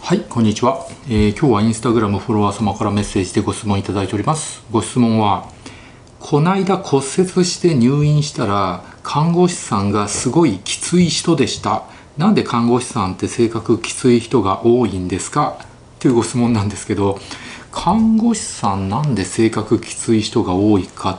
はい、こんにちは。今日はインスタグラムフォロワー様からメッセージでご質問いただいております。ご質問は、こないだ骨折して入院したら、看護師さんがすごいきつい人でした。なんで看護師さんって性格きつい人が多いんですかっていうご質問なんですけど、看護師さんなんで性格きつい人が多いかって、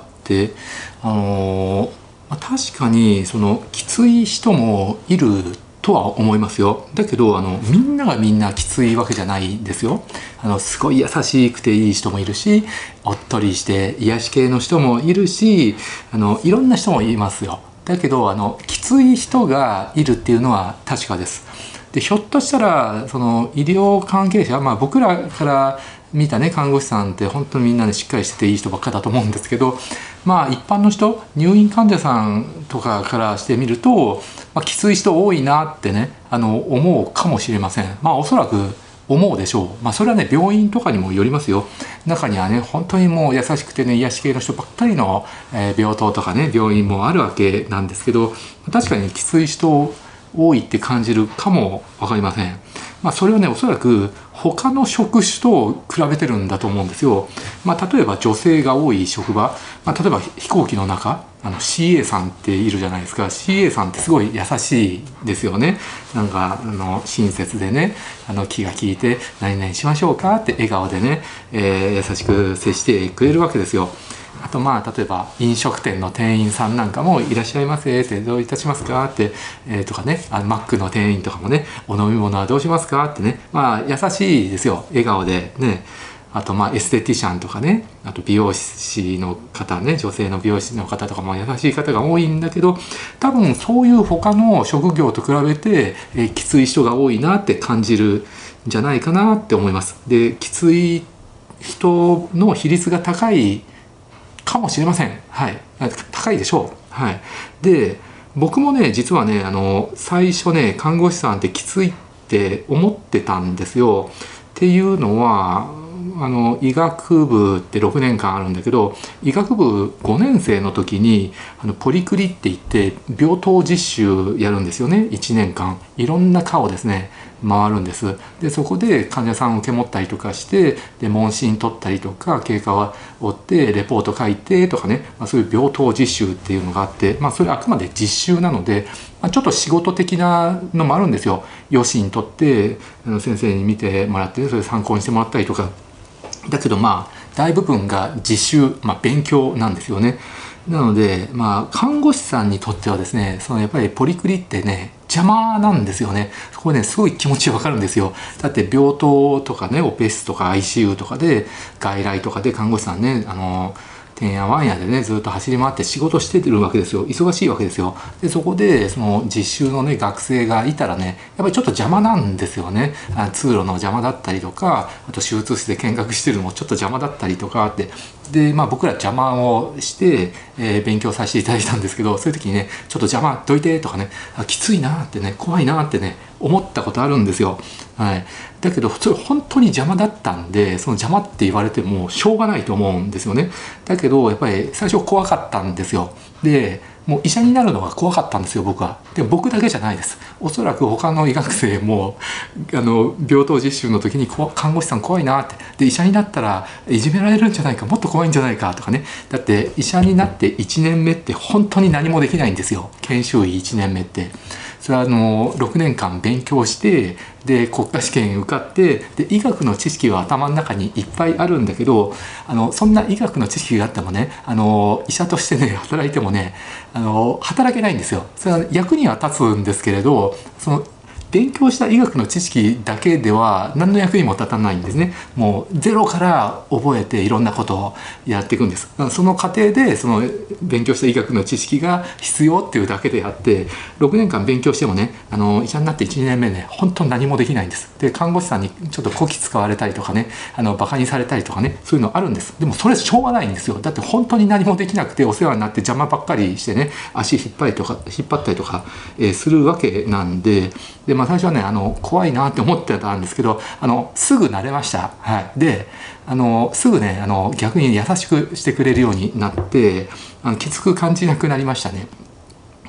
確かにそのきつい人もいるとは思いますよ。だけどみんながみんなきついわけじゃないんですよ。すごい優しくていい人もいるし、おっとりして癒し系の人もいるし、いろんな人もいますよ。だけどきつい人がいるっていうのは確かです。でひょっとしたらその医療関係者、僕らから見たね看護師さんって本当にみんなでしっかりしてていい人ばっかだと思うんですけど、一般の人、入院患者さんとかからしてみると、きつい人多いなってね思うかもしれません。おそらく思うでしょう。それはね病院とかにもよりますよ。中にはね本当にもう優しくてね癒し系の人ばっかりの病棟とかね病院もあるわけなんですけど、確かにきつい人多いって感じるかも分かりません。それはねおそらく他の職種と比べてるんだと思うんですよ。例えば女性が多い職場、例えば飛行機の中CA さんっているじゃないですか。 CA さんってすごい優しいですよね。なんか親切でね気が利いて何々しましょうかって笑顔でね、優しく接してくれるわけですよ。あと例えば飲食店の店員さんなんかも「いらっしゃいませ」って「どういたしますか?」って、とかねマックの店員とかもね「お飲み物はどうしますか?」ってね優しいですよ、笑顔でね。あとエステティシャンとかね、あと美容師の方ね、女性の美容師の方とかも優しい方が多いんだけど、多分そういう他の職業と比べて、きつい人が多いなって感じるんじゃないかなって思います。できつい人の比率が高いかもしれません。はい、高いでしょう。はい、で僕もね実はね最初ね看護師さんってきついって思ってたんですよ。っていうのは医学部って6年間あるんだけど、医学部5年生の時にポリクリって言って病棟実習やるんですよね。1年間いろんな科をですね回るんです。でそこで患者さんを受け持ったりとかして、で問診取ったりとか経過を追ってレポート書いてとかね、そういう病棟実習っていうのがあって、それあくまで実習なので、ちょっと仕事的なのもあるんですよ。予診取って先生に見てもらって、それ参考にしてもらったりとか。だけど大部分が実習、勉強なんですよね。なので看護師さんにとってはですね、やっぱりポリクリってね邪魔なんですよね。そこねすごい気持ちわかるんですよ。だって病棟とかねオペ室とか ICU とかで外来とかで看護師さんねてんやわんやでねずっと走り回って仕事してるわけですよ。忙しいわけですよ。でそこでその実習のね学生がいたらねやっぱりちょっと邪魔なんですよね。通路の邪魔だったりとか、あと手術室で見学してるのもちょっと邪魔だったりとかって、で僕ら邪魔をして、勉強させていただいたんですけど、そういう時にねちょっと邪魔どいてとかね、きついなってね怖いなってね思ったことあるんですよ。はい、だけどそれ本当に邪魔だったんで、その邪魔って言われてもしょうがないと思うんですよね。だけどやっぱり最初怖かったんですよ。でもう医者になるのが怖かったんですよ僕は。でも僕だけじゃないです。おそらく他の医学生も病棟実習の時に看護師さん怖いなって、で医者になったらいじめられるんじゃないか、もっと怖いんじゃないかとかね。だって医者になって1年目って本当に何もできないんですよ。研修医1年目って。それは6年間勉強して、で国家試験受かって、で医学の知識は頭の中にいっぱいあるんだけど、そんな医学の知識があってもね医者としてね働いてもね働けないんですよ。それは役には立つんですけれど、その勉強した医学の知識だけでは何の役にも立たないんですね。もうゼロから覚えていろんなことをやっていくんです。その過程でその勉強した医学の知識が必要っていうだけであって、6年間勉強してもね医者になって1、2年目ね本当に何もできないんです。で看護師さんにちょっとこき使われたりとかねバカにされたりとかね、そういうのあるんです。でもそれしょうがないんですよ。だって本当に何もできなくてお世話になって邪魔ばっかりしてね足引っ張ったりとか、するわけなんで、最初はね怖いなって思ってたんですけどすぐ慣れました。はい、ですぐね逆に優しくしてくれるようになってきつく感じなくなりましたね。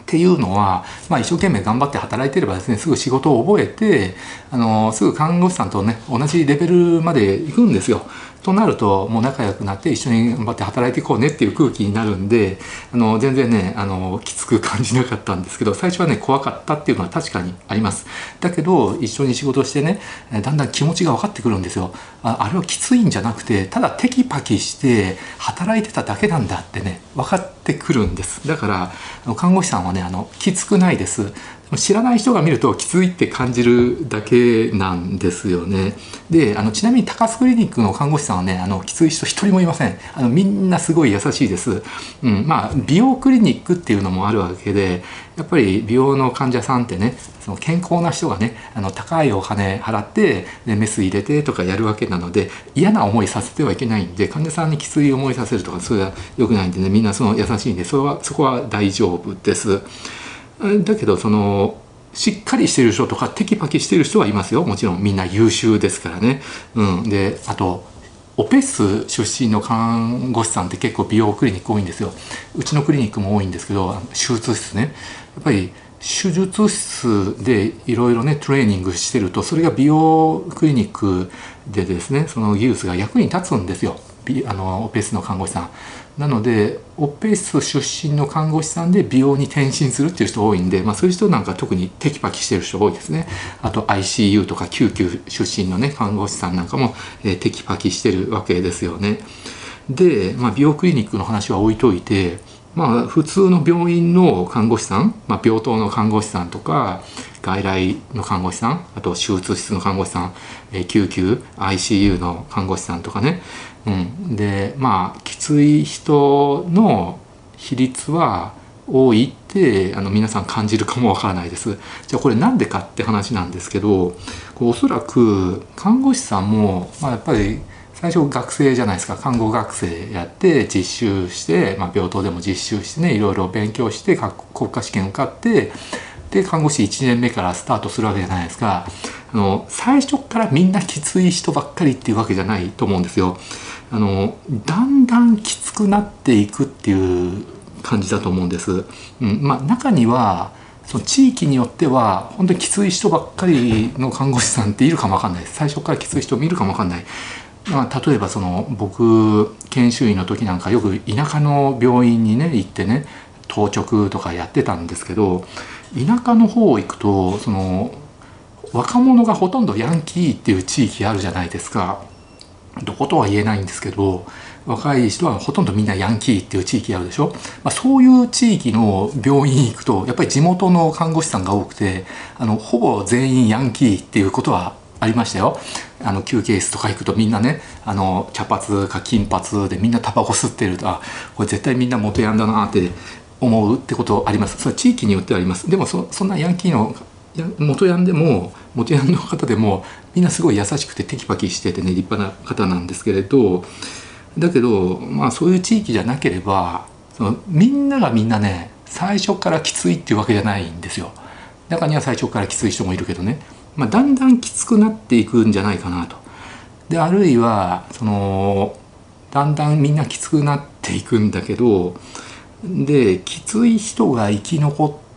っていうのは、一生懸命頑張って働いてればですね、すぐ仕事を覚えてすぐ看護師さんとね同じレベルまで行くんですよ。となるともう仲良くなって一緒に頑張って働いていこうねっていう空気になるんで、全然ねきつく感じなかったんですけど、最初はね怖かったっていうのは確かにあります。だけど一緒に仕事してね、だんだん気持ちが分かってくるんですよ。あれはきついんじゃなくて、ただテキパキして働いてただけなんだってね分かってくるんです。だから看護師さんはねきつくないです。知らない人が見るときついって感じるだけなんですよね。でちなみに高須クリニックの看護師さんはねきつい人一人もいません。みんなすごい優しいです。美容クリニックっていうのもあるわけで、やっぱり美容の患者さんってね、その健康な人がね高いお金払ってでメス入れてとかやるわけなので、嫌な思いさせてはいけないんで、患者さんにきつい思いさせるとかそれは良くないんでね、みんな優しいんでそこは大丈夫です。だけどしっかりしてる人とかテキパキしてる人はいますよ。もちろんみんな優秀ですからね。であとオペ室出身の看護師さんって結構美容クリニック多いんですよ。うちのクリニックも多いんですけど、手術室ね、やっぱり手術室でいろいろねトレーニングしてると、それが美容クリニックでですねその技術が役に立つんですよ。オペ室の看護師さんなので、オペ室出身の看護師さんで美容に転身するっていう人多いんで、そういう人なんか特にテキパキしてる人多いですね。あと ICU とか救急出身のね看護師さんなんかも、テキパキしてるわけですよね。で、美容クリニックの話は置いといて、普通の病院の看護師さん、病棟の看護師さんとか外来の看護師さん、あと手術室の看護師さん、救急 ICU の看護師さんとかね、できつい人の比率は多いって皆さん感じるかもわからないです。じゃあこれなんでかって話なんですけど、おそらく看護師さんも、やっぱり最初学生じゃないですか。看護学生やって実習して、病棟でも実習してねいろいろ勉強して国家試験受かって、で看護師1年目からスタートするわけじゃないですか。最初からみんなきつい人ばっかりっていうわけじゃないと思うんですよ。だんだんきつくなっていくっていう感じだと思うんです。中にはその地域によっては本当にきつい人ばっかりの看護師さんっているかもわかんないです。最初からきつい人もいるかもわかんない。例えば僕研修医の時なんかよく田舎の病院にね行ってね当直とかやってたんですけど、田舎の方行くと若者がほとんどヤンキーっていう地域あるじゃないですか。どことは言えないんですけど、若い人はほとんどみんなヤンキーっていう地域あるでしょ。そういう地域の病院行くとやっぱり地元の看護師さんが多くて、ほぼ全員ヤンキーっていうことはありましたよ。休憩室とか行くとみんなね茶髪か金髪でみんなタバコ吸ってると、これ絶対みんな元ヤンだなって思うってことあります。それは地域によってはあります。でもそんなヤンキーの元ヤンの方でもみんなすごい優しくてテキパキしててね立派な方なんですけれど、だけどそういう地域じゃなければみんながみんなね最初からきついっていうわけじゃないんですよ。中には最初からきつい人もいるけどね、だんだんきつくなっていくんじゃないかなと。であるいはだんだんみんなきつくなっていくんだけど、できつい人が生き残って、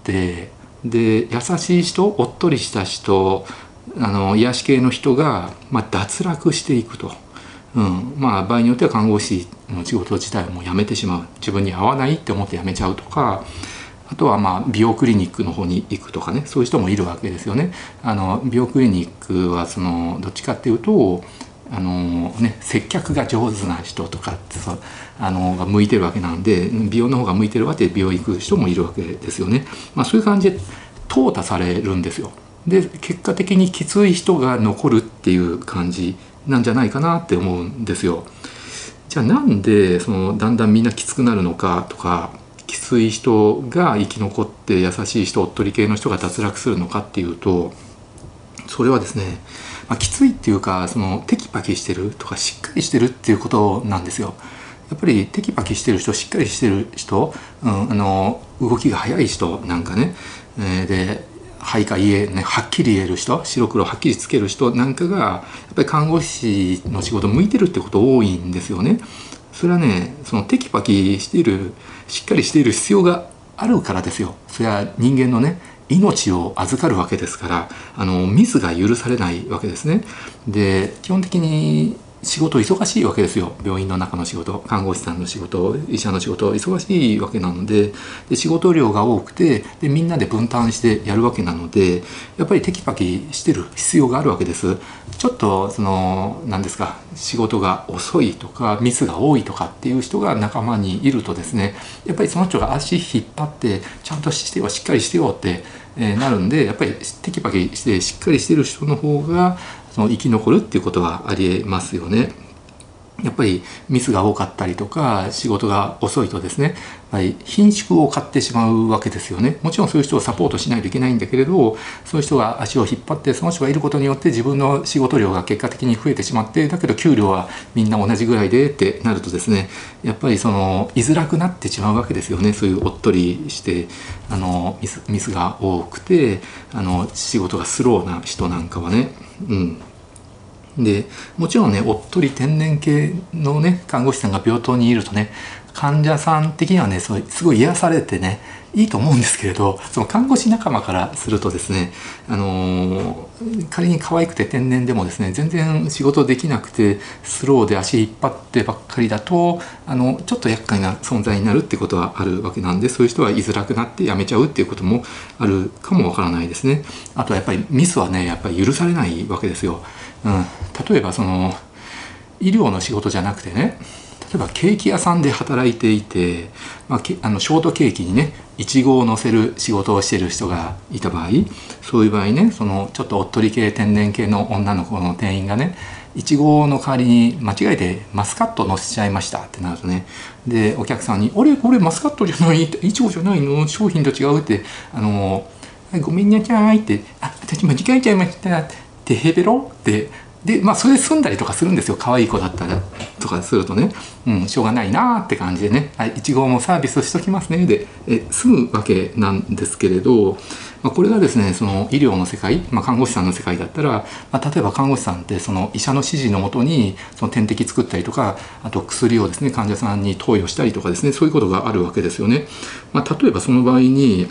で優しい人、おっとりした人、癒し系の人が、脱落していくと、場合によっては看護師の仕事自体をもう辞めてしまう、自分に合わないって思って辞めちゃうとか、あとは美容クリニックの方に行くとかね、そういう人もいるわけですよね。美容クリニックはどっちかっていうと接客が上手な人とかってが向いてるわけなんで、美容の方が向いてるわけで美容行く人もいるわけですよね。そういう感じで淘汰されるんですよ。で結果的にきつい人が残るっていう感じなんじゃないかなって思うんですよ。じゃあなんでだんだんみんなきつくなるのかとか、きつい人が生き残って優しい人、おっとり系の人が脱落するのかっていうと、それはですね、きついっていうかテキパキしてるとかしっかりしてるっていうことなんですよ。やっぱりテキパキしてる人、しっかりしてる人、動きが速い人なんかね、ではいかいえね、はっきり言える人、白黒はっきりつける人なんかがやっぱり看護師の仕事向いてるってこと多いんですよね。それはねテキパキしている、しっかりしている必要があるからですよ。それは人間のね命を預かるわけですから、ミスが許されないわけですね。で基本的に仕事忙しいわけですよ。病院の中の仕事、看護師さんの仕事、医者の仕事忙しいわけなので、仕事量が多くて、でみんなで分担してやるわけなので、やっぱりテキパキしてる必要があるわけです。ちょっと何ですか、仕事が遅いとかミスが多いとかっていう人が仲間にいるとですね、やっぱりその人が足引っ張ってちゃんとしてよしっかりしてよってなるんで、やっぱりテキパキしてしっかりしてる人の方が生き残るっていうことはありえますよね。やっぱりミスが多かったりとか仕事が遅いとですね、やっぱり顰蹙を買ってしまうわけですよね。もちろんそういう人をサポートしないといけないんだけれど、そういう人が足を引っ張って、その人がいることによって自分の仕事量が結果的に増えてしまって、だけど給料はみんな同じぐらいでってなるとですね、やっぱり居づらくなってしまうわけですよね。そういうおっとりしてミスが多くて仕事がスローな人なんかはね。でもちろんね、おっとり天然系のね看護師さんが病棟にいるとね、患者さん的にはねすごい癒されてねいいと思うんですけれど、その看護師仲間からするとですね、仮に可愛くて天然でもですね、全然仕事できなくてスローで足引っ張ってばっかりだとちょっと厄介な存在になるってことはあるわけなんで、そういう人は居づらくなって辞めちゃうっていうこともあるかもわからないですね。あとはやっぱりミスはねやっぱり許されないわけですよ。例えば医療の仕事じゃなくてね、例えばケーキ屋さんで働いていて、ショートケーキにねいちごを乗せる仕事をしている人がいた場合、そういう場合ね、ちょっとおっとり系天然系の女の子の店員がね、いちごの代わりに間違えてマスカット乗せちゃいましたってなるとね、でお客さんに「あれこれマスカットじゃない、いちごじゃないの、商品と違う」ってごめんなさいって「私間違えちゃいました」ってヘベロってでそれで済んだりとかするんですよ。可愛い子だったらとかするとね、しょうがないなって感じでね、いちごもサービスしときますねで済むわけなんですけれど、これがですね医療の世界、看護師さんの世界だったら、例えば看護師さんって医者の指示のもとに点滴作ったりとか、あと薬をですね患者さんに投与したりとかですね、そういうことがあるわけですよね。例えばその場合に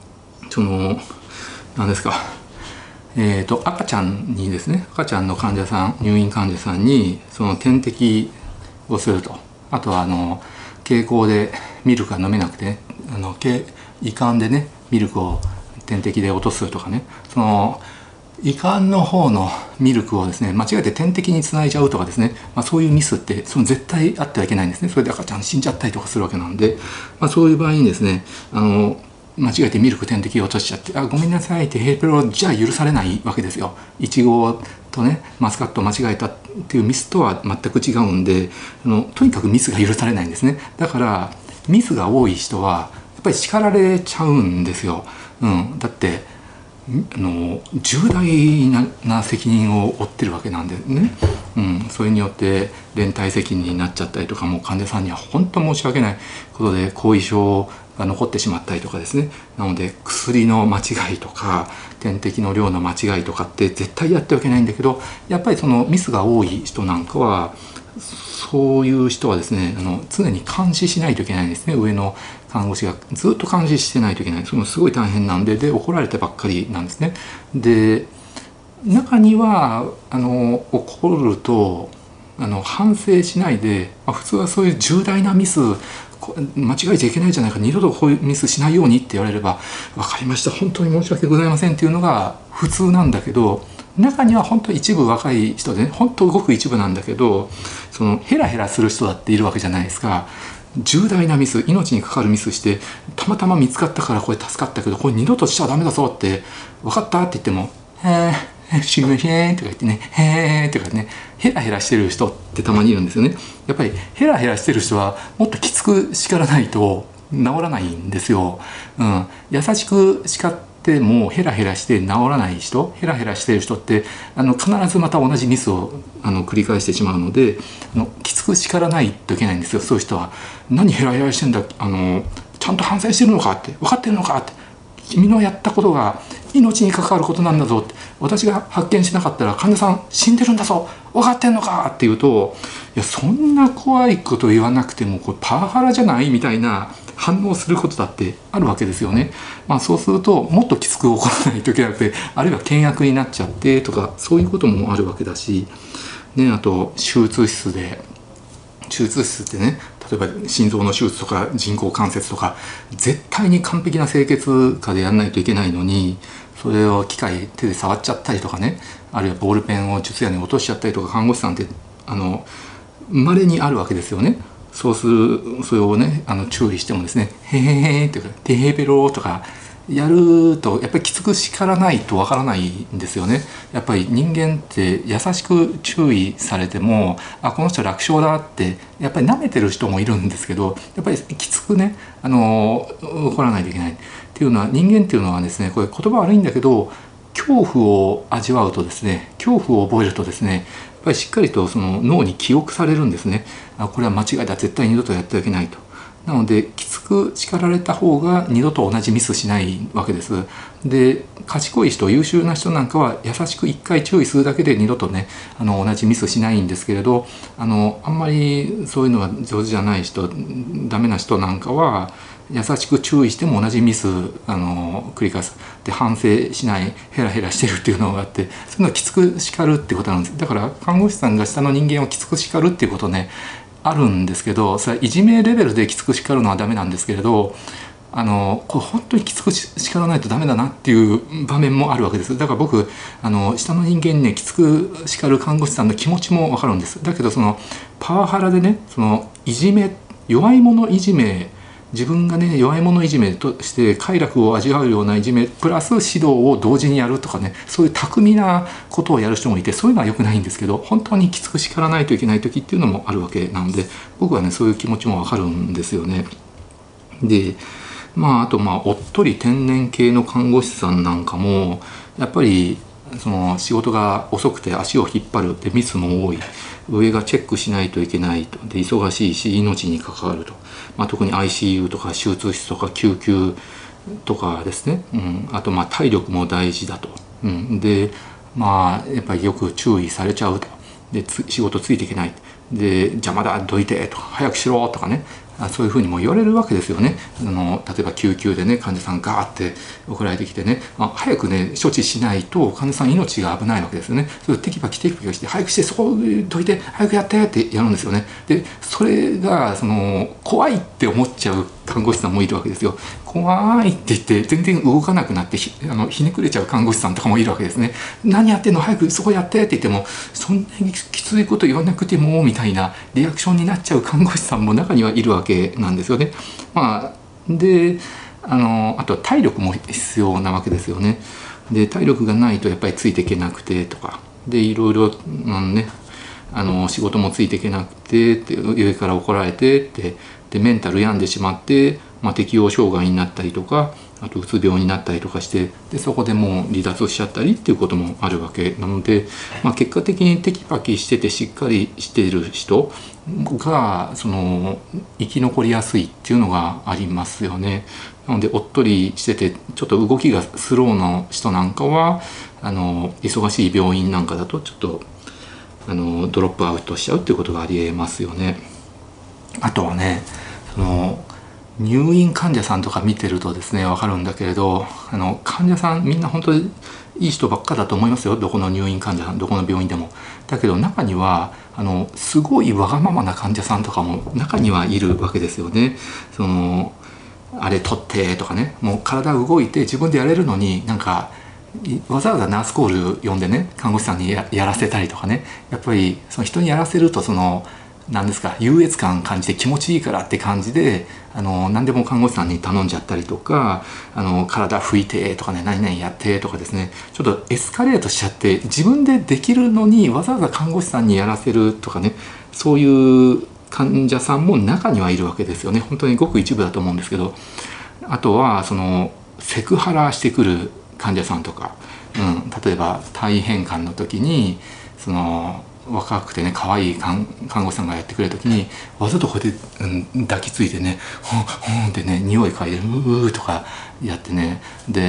何ですか、赤ちゃんにですね、赤ちゃんの患者さん、入院患者さんに点滴をすると、あとは経口でミルクが飲めなくて、胃管でねミルクを点滴で落とすとかね、胃管の方のミルクをですね間違えて点滴につないじゃうとかですね、そういうミスって絶対あってはいけないんですね。それで赤ちゃん死んじゃったりとかするわけなんで、そういう場合にですね間違えてミルク点滴を落としちゃって「ごめんなさい」ってヘイペロじゃ許されないわけですよ。いちごとねマスカットを間違えたっていうミスとは全く違うんで、とにかくミスが許されないんですね。だからミスが多い人はやっぱり叱られちゃうんですよ。だって重大な責任を負ってるわけなんでね、それによって連帯責任になっちゃったりとか、もう患者さんには本当申し訳ないことで後遺症が残ってしまったりとかですね。なので薬の間違いとか点滴の量の間違いとかって絶対やってはいけないんだけど、やっぱりミスが多い人なんかはそういう人はですね常に監視しないといけないんですね。上の看護師がずっと監視してないといけない、すごい大変なんで、怒られてばっかりなんですね。で中には怒ると反省しないで、普通はそういう重大なミス間違えちゃいけないじゃないか、二度とこういうミスしないようにって言われれば「分かりました、本当に申し訳ございません」っていうのが普通なんだけど、中には本当一部若い人でね、本当ごく一部なんだけどヘラヘラする人だっているわけじゃないですか。重大なミス、命に関わるミスしてたまたま見つかったからこれ助かったけど、これ二度としちゃダメだぞって分かったって言っても「へえすいません」とか言ってね「へえ」とかね、ヘラヘラしてる人ってたまにいるんですよね。やっぱりヘラヘラしてる人はもっときつく叱らないと治らないんですよ。優しく叱ってもヘラヘラして治らない人、ヘラヘラしてる人って必ずまた同じミスを繰り返してしまうので、きつく叱らないといけないんですよ。そういう人は「何ヘラヘラしてんだ、ちゃんと反省してるのか」って「分かってるのか」って「君のやったことが命に関わることなんだぞ」って、私が発見しなかったら患者さん死んでるんだぞ、分かってんのかって言うと「いやそんな怖いこと言わなくてもこれパワハラじゃない」みたいな反応することだってあるわけですよね。そうするともっときつく怒らないといけなくて、あるいは険悪になっちゃってとか、そういうこともあるわけだし、ね、あと手術室ってね、例えば心臓の手術とか人工関節とか絶対に完璧な清潔下でやらないといけないのに、それを機械手で触っちゃったりとかね、あるいはボールペンを術屋に落としちゃったりとか、看護師さんって稀にあるわけですよね。それをね注意してもですね「へへへ」っていうか「てへぺろ」とかやるとやっぱりきつく叱らないとわからないんですよね。やっぱり人間って優しく注意されてもこの人楽勝だってやっぱり舐めてる人もいるんですけど、やっぱりきつくね怒らないといけないっていうのは、人間っていうのはですね、これ言葉悪いんだけど恐怖を味わうとですね、恐怖を覚えるとですね、やっぱりしっかりとその脳に記憶されるんですね。これは間違いだ、絶対二度とやってはいけないと。なのできつく叱られた方が二度と同じミスしないわけです。で賢い人、優秀な人なんかは優しく一回注意するだけで二度とね同じミスしないんですけれど、あんまりそういうのが上手じゃない人、ダメな人なんかは優しく注意しても同じミス繰り返すで、反省しない、ヘラヘラしてるっていうのがあって、そういうのをきつく叱るってことなんです。だから看護師さんが下の人間をきつく叱るっていうことねあるんですけど、それはいじめレベルできつく叱るのはダメなんですけれど、これ本当にきつく叱らないとダメだなっていう場面もあるわけです。だから僕下の人間にねきつく叱る看護師さんの気持ちも分かるんです。だけどそのパワハラでね、そのいじめ、弱い者いじめ、自分がね弱い者いじめとして快楽を味わうようないじめプラス指導を同時にやるとかね、そういう巧みなことをやる人もいて、そういうのは良くないんですけど、本当にきつく叱らないといけない時っていうのもあるわけなので、僕はねそういう気持ちも分かるんですよね。であとおっとり天然系の看護師さんなんかもやっぱりその仕事が遅くて足を引っ張るでミスも多い、上がチェックしないといけないと、で忙しいし命に関わると、特に ICU とか手術室とか救急とかですね、あと体力も大事だと、でやっぱりよく注意されちゃうと、で仕事ついていけない、で邪魔だどいてとか早くしろとかね、そういうふうにも言われるわけですよね。例えば救急でね患者さんガーって送られてきてね、早くね処置しないと患者さん命が危ないわけですよね。それテキパキして早くしてそこどいて早くやってってやるんですよね。でそれが怖いって思っちゃう看護師さんもいるわけですよ。怖いって言って全然動かなくなってひねくれちゃう看護師さんとかもいるわけですね。何やってんの早くそこやってって言っても、そんなにきついこと言わなくてもみたいなリアクションになっちゃう看護師さんも中にはいるわけなんですよね。であとは体力も必要なわけですよね。で体力がないとやっぱりついていけなくてとかで、いろいろね仕事もついていけなくてって上から怒られてってでメンタル病んでしまって、適応障害になったりとか、あとうつ病になったりとかして、でそこでもう離脱しちゃったりっていうこともあるわけなので、結果的にテキパキしててしっかりしている人が生き残りやすいっていうのがありますよね。なのでおっとりしててちょっと動きがスローの人なんかは忙しい病院なんかだとちょっとドロップアウトしちゃうっていうことがありえますよね。あとはね入院患者さんとか見てるとですね分かるんだけれど、患者さんみんな本当にいい人ばっかだと思いますよ、どこの入院患者さんどこの病院でも。だけど中にはすごいわがままな患者さんとかも中にはいるわけですよね。あれ取ってとかね、もう体動いて自分でやれるのになんかわざわざナースコール呼んでね看護師さんにやらせたりとかね、やっぱりその人にやらせると何ですか優越感感じて気持ちいいからって感じで何でも看護師さんに頼んじゃったりとか、体拭いてとかね何々やってとかですね、ちょっとエスカレートしちゃって自分でできるのにわざわざ看護師さんにやらせるとかね、そういう患者さんも中にはいるわけですよね。本当にごく一部だと思うんですけど、あとはセクハラしてくる患者さんとか、例えば体位変換の時に若くてね可愛い看護師さんがやってくれる時にわざとこうやって、抱きついてねほんってね匂い嗅いでうーとかやってね、で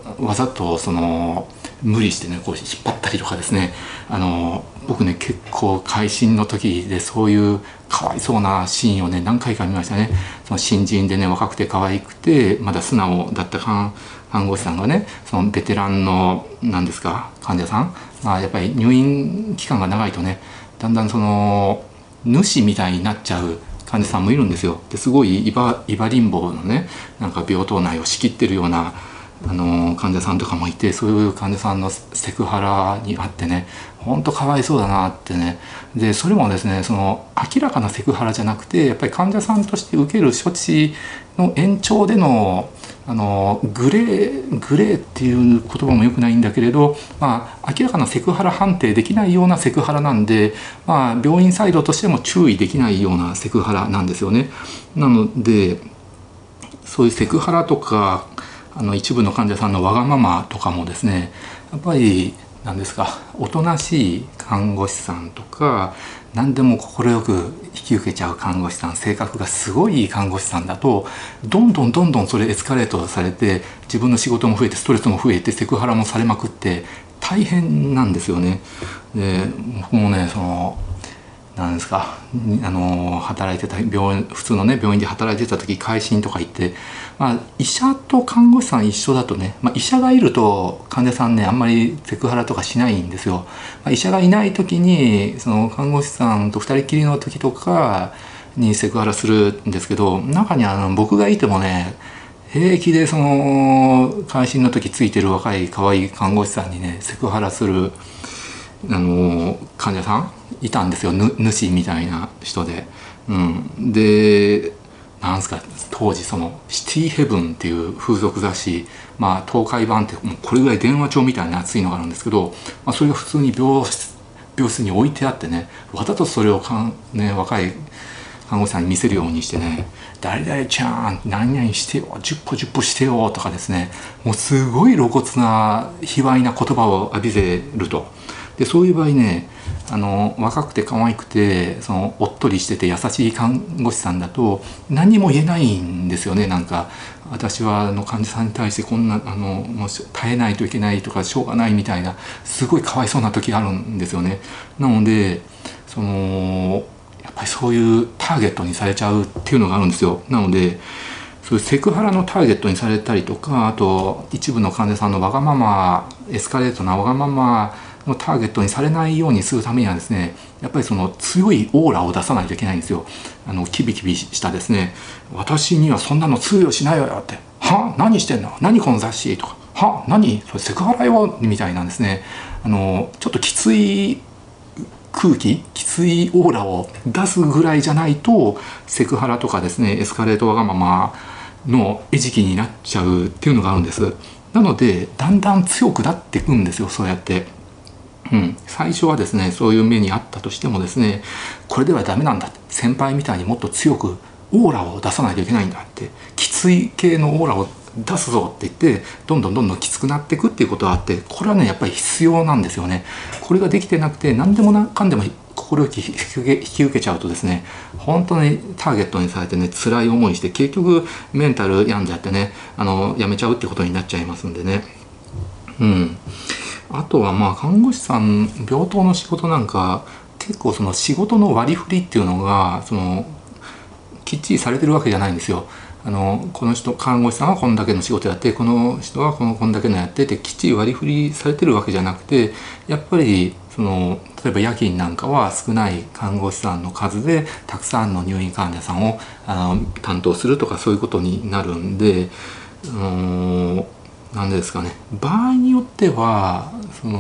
わざと無理してねこう引っ張ったりとかですね、僕ね結構会心の時でそういうかわいそうなシーンをね何回か見ましたね。その新人でね若くて可愛くてまだ素直だった看護師さんがねそのベテランの何ですか患者さん、やっぱり入院期間が長いとねだんだん主みたいになっちゃう患者さんもいるんですよ。ですごいイバリンボのねなんか病棟内を仕切ってるような患者さんとかもいて、そういう患者さんのセクハラにあってねほんとかわいそうだなってね。でそれもですね明らかなセクハラじゃなくてやっぱり患者さんとして受ける処置の延長でのグレーっていう言葉もよくないんだけれど、明らかなセクハラ判定できないようなセクハラなんで、病院サイドとしても注意できないようなセクハラなんですよね。なのでそういうセクハラとか一部の患者さんのわがままとかもですねやっぱり何ですかおとなしい看護師さんとか何でも快く引き受けちゃう看護師さん、性格がすごいいい看護師さんだとどんどんそれエスカレートされて自分の仕事も増えてストレスも増えてセクハラもされまくって大変なんですよね。で僕もねなんですか働いてた普通のね病院で働いてた時回診とか行って、医者と看護師さん一緒だとね、医者がいると患者さんねあんまりセクハラとかしないんですよ。医者がいない時に看護師さんと二人きりの時とかにセクハラするんですけど、中に僕がいてもね平気で回診の時ついてる若い可愛い看護師さんにねセクハラする患者さんいたんですよ。主みたいな人で、でなんすか当時シティヘブンっていう風俗雑誌、東海版ってもうこれぐらい電話帳みたいな熱いのがあるんですけど、それが普通に病室に置いてあってねわざとそれを若い看護師さんに見せるようにしてね「誰々ちゃん何々してよ10歩してよ」とかですね、もうすごい露骨な卑猥な言葉を浴びせると。でそういう場合ね若くて可愛くておっとりしてて優しい看護師さんだと何も言えないんですよね。なんか私は患者さんに対してこんなもう耐えないといけないとかしょうがないみたいなすごいかわいそうな時があるんですよね。なのでやっぱりそういうターゲットにされちゃうっていうのがあるんですよ。なのでそういうセクハラのターゲットにされたりとか、あと一部の患者さんのわがままエスカレートなわがままのターゲットにされないようにするためにはですねやっぱり強いオーラを出さないといけないんですよ。キビキビしたですね「私にはそんなの通用しないわよ」って「は何してんの何この雑誌」とか「は何それセクハラよ」みたいなんですねちょっときつい空気きついオーラを出すぐらいじゃないとセクハラとかですねエスカレートわがままの餌食になっちゃうっていうのがあるんです。なのでだんだん強くなっていくんですよ。そうやって最初はですねそういう目にあったとしてもですねこれではダメなんだって先輩みたいにもっと強くオーラを出さないといけないんだってきつい系のオーラを出すぞって言ってどんどんきつくなっていくっていうことがあって、これはねやっぱり必要なんですよね。これができてなくて何でもかんでも心意気引き受けちゃうとですね本当にターゲットにされてね辛い思いして結局メンタル病んじゃってねやめちゃうってことになっちゃいますんでね。あとは看護師さん病棟の仕事なんか結構仕事の割り振りっていうのがきっちりされてるわけじゃないんですよ。この人看護師さんはこんだけの仕事やってこの人はこんだけのやってってきっちり割り振りされてるわけじゃなくて、やっぱり例えば夜勤なんかは少ない看護師さんの数でたくさんの入院患者さんを担当するとかそういうことになるんで何ですかね場合によっては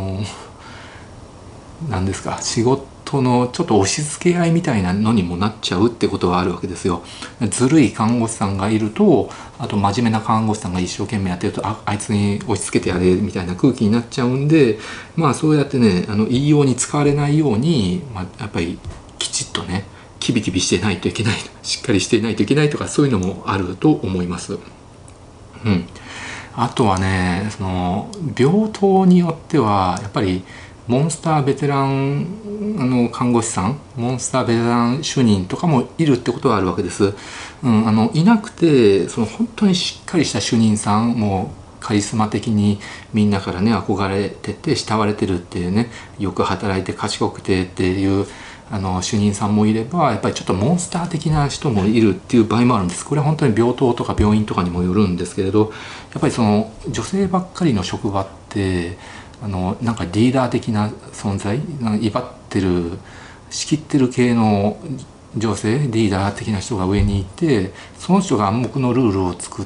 何ですか仕事のちょっと押し付け合いみたいなのにもなっちゃうってことはあるわけですよ。ずるい看護師さんがいるとあと真面目な看護師さんが一生懸命やってるとあいつに押し付けてやれみたいな空気になっちゃうんでそうやってね言いように使われないように、やっぱりきちっとねキビキビしてないといけないしっかりしていないといけないとかそういうのもあると思います。あとはね病棟によってはやっぱりモンスターベテラン看護師さんモンスターベテラン主任とかもいるってことはあるわけです。いなくて本当にしっかりした主任さんもカリスマ的にみんなからね憧れてて慕われてるっていうね、よく働いて賢くてっていう主任さんもいれば、やっぱりちょっとモンスター的な人もいるっていう場合もあるんです。これは本当に病棟とか病院とかにもよるんですけれど、やっぱりその女性ばっかりの職場ってなんかリーダー的な存在、威張ってる仕切ってる系の女性リーダー的な人が上にいて、その人が暗黙のルールを作って、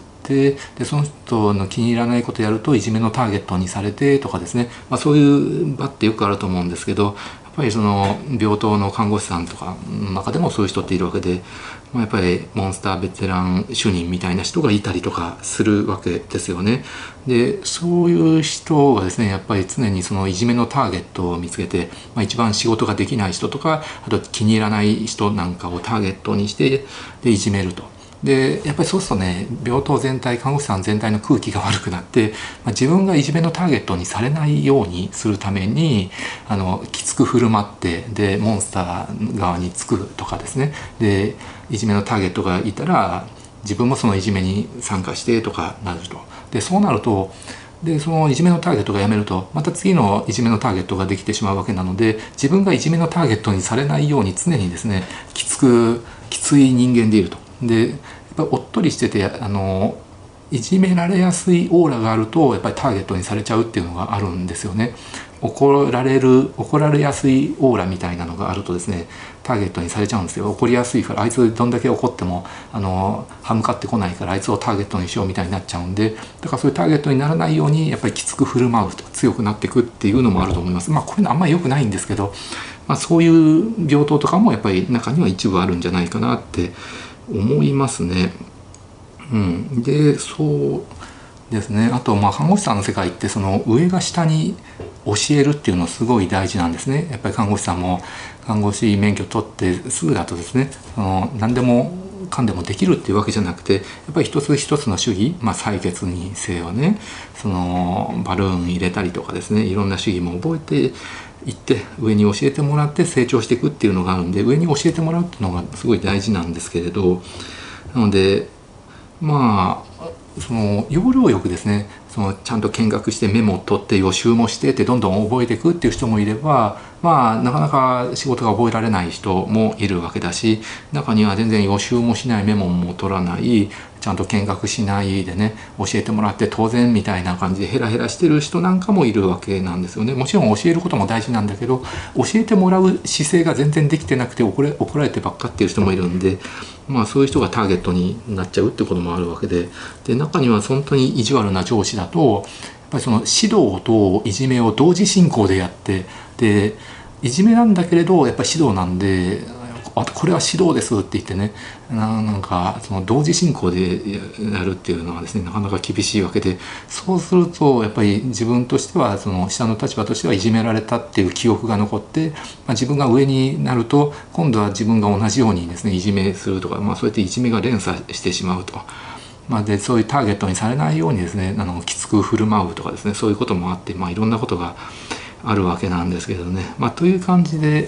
でその人の気に入らないことやるといじめのターゲットにされてとかですね、そういう場ってよくあると思うんですけど、やっぱりその病棟の看護師さんとかの中でもそういう人っているわけで、やっぱりモンスターベテラン主任みたいな人がいたりとかするわけですよね。でそういう人がですね、やっぱり常にそのいじめのターゲットを見つけて、一番仕事ができない人とか、あと気に入らない人なんかをターゲットにしてでいじめると。でやっぱりそうするとね、病棟全体、看護師さん全体の空気が悪くなって、自分がいじめのターゲットにされないようにするためにきつく振る舞って、でモンスター側につくとかですね、でいじめのターゲットがいたら自分もそのいじめに参加してとかなると。でそうなると、でそのいじめのターゲットがやめると、また次のいじめのターゲットができてしまうわけなので、自分がいじめのターゲットにされないように常にですね、きつい人間でいると。でやっぱりおっとりしてていじめられやすいオーラがあると、やっぱりターゲットにされちゃうっていうのがあるんですよね。怒られやすいオーラみたいなのがあるとですね、ターゲットにされちゃうんですよ。怒りやすいから、あいつどんだけ怒っても歯向かってこないから、あいつをターゲットにしようみたいになっちゃうんで、だからそういうターゲットにならないようにやっぱりきつく振る舞うと強くなっていくっていうのもあると思います。こういうのあんまり良くないんですけど、そういう病棟とかもやっぱり中には一部あるんじゃないかなって思いますね。でそうですね、あと看護師さんの世界ってその上が下に教えるっていうのすごい大事なんですね。やっぱり看護師さんも看護師免許取ってすぐだとですね、何でもかんでもできるっていうわけじゃなくて、やっぱり一つ一つの手技、採血にせよね、そのバルーン入れたりとかですね、いろんな手技も覚えていって上に教えてもらって成長していくっていうのがあるんで、上に教えてもらうっていうのがすごい大事なんですけれど、なのでその要領よくですね、ちゃんと見学してメモを取って予習もしてってどんどん覚えていくっていう人もいれば、なかなか仕事が覚えられない人もいるわけだし、中には全然予習もしない、メモも取らない、ちゃんと見学しないでね、教えてもらって当然みたいな感じでヘラヘラしてる人なんかもいるわけなんですよね。もちろん教えることも大事なんだけど、教えてもらう姿勢が全然できてなくて怒られてばっかっていう人もいるんで、そういう人がターゲットになっちゃうってこともあるわけで、中には本当に意地悪な上司だと、やっぱりその指導といじめを同時進行でやって、でいじめなんだけれどやっぱり指導なんで、これは指導ですって言ってね、なんかその同時進行でやるっていうのはですね、なかなか厳しいわけで、そうするとやっぱり自分としては、その下の立場としてはいじめられたっていう記憶が残って、自分が上になると今度は自分が同じようにですねいじめするとか、そうやっていじめが連鎖してしまうと。でそういうターゲットにされないようにですね、きつく振る舞うとかですね、そういうこともあって、いろんなことがあるわけなんですけどね。という感じで、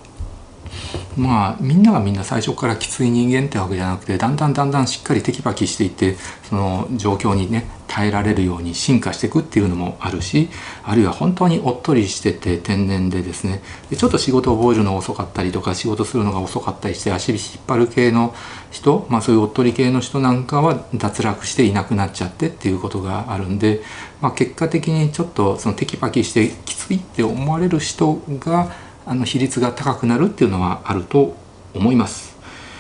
みんながみんな最初からきつい人間ってわけじゃなくて、だんだんしっかりテキパキしていって、その状況にね耐えられるように進化していくっていうのもあるし、あるいは本当におっとりしてて天然でですね、ちょっと仕事を覚えるのが遅かったりとか、仕事するのが遅かったりして足引っ張る系の人、そういうおっとり系の人なんかは脱落していなくなっちゃってっていうことがあるんで、結果的にちょっとそのテキパキしてきついって思われる人が比率が高くなるっていうのはあると思います。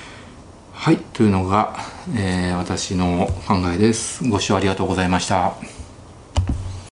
はい、というのが、私の考えです。ご視聴ありがとうございました。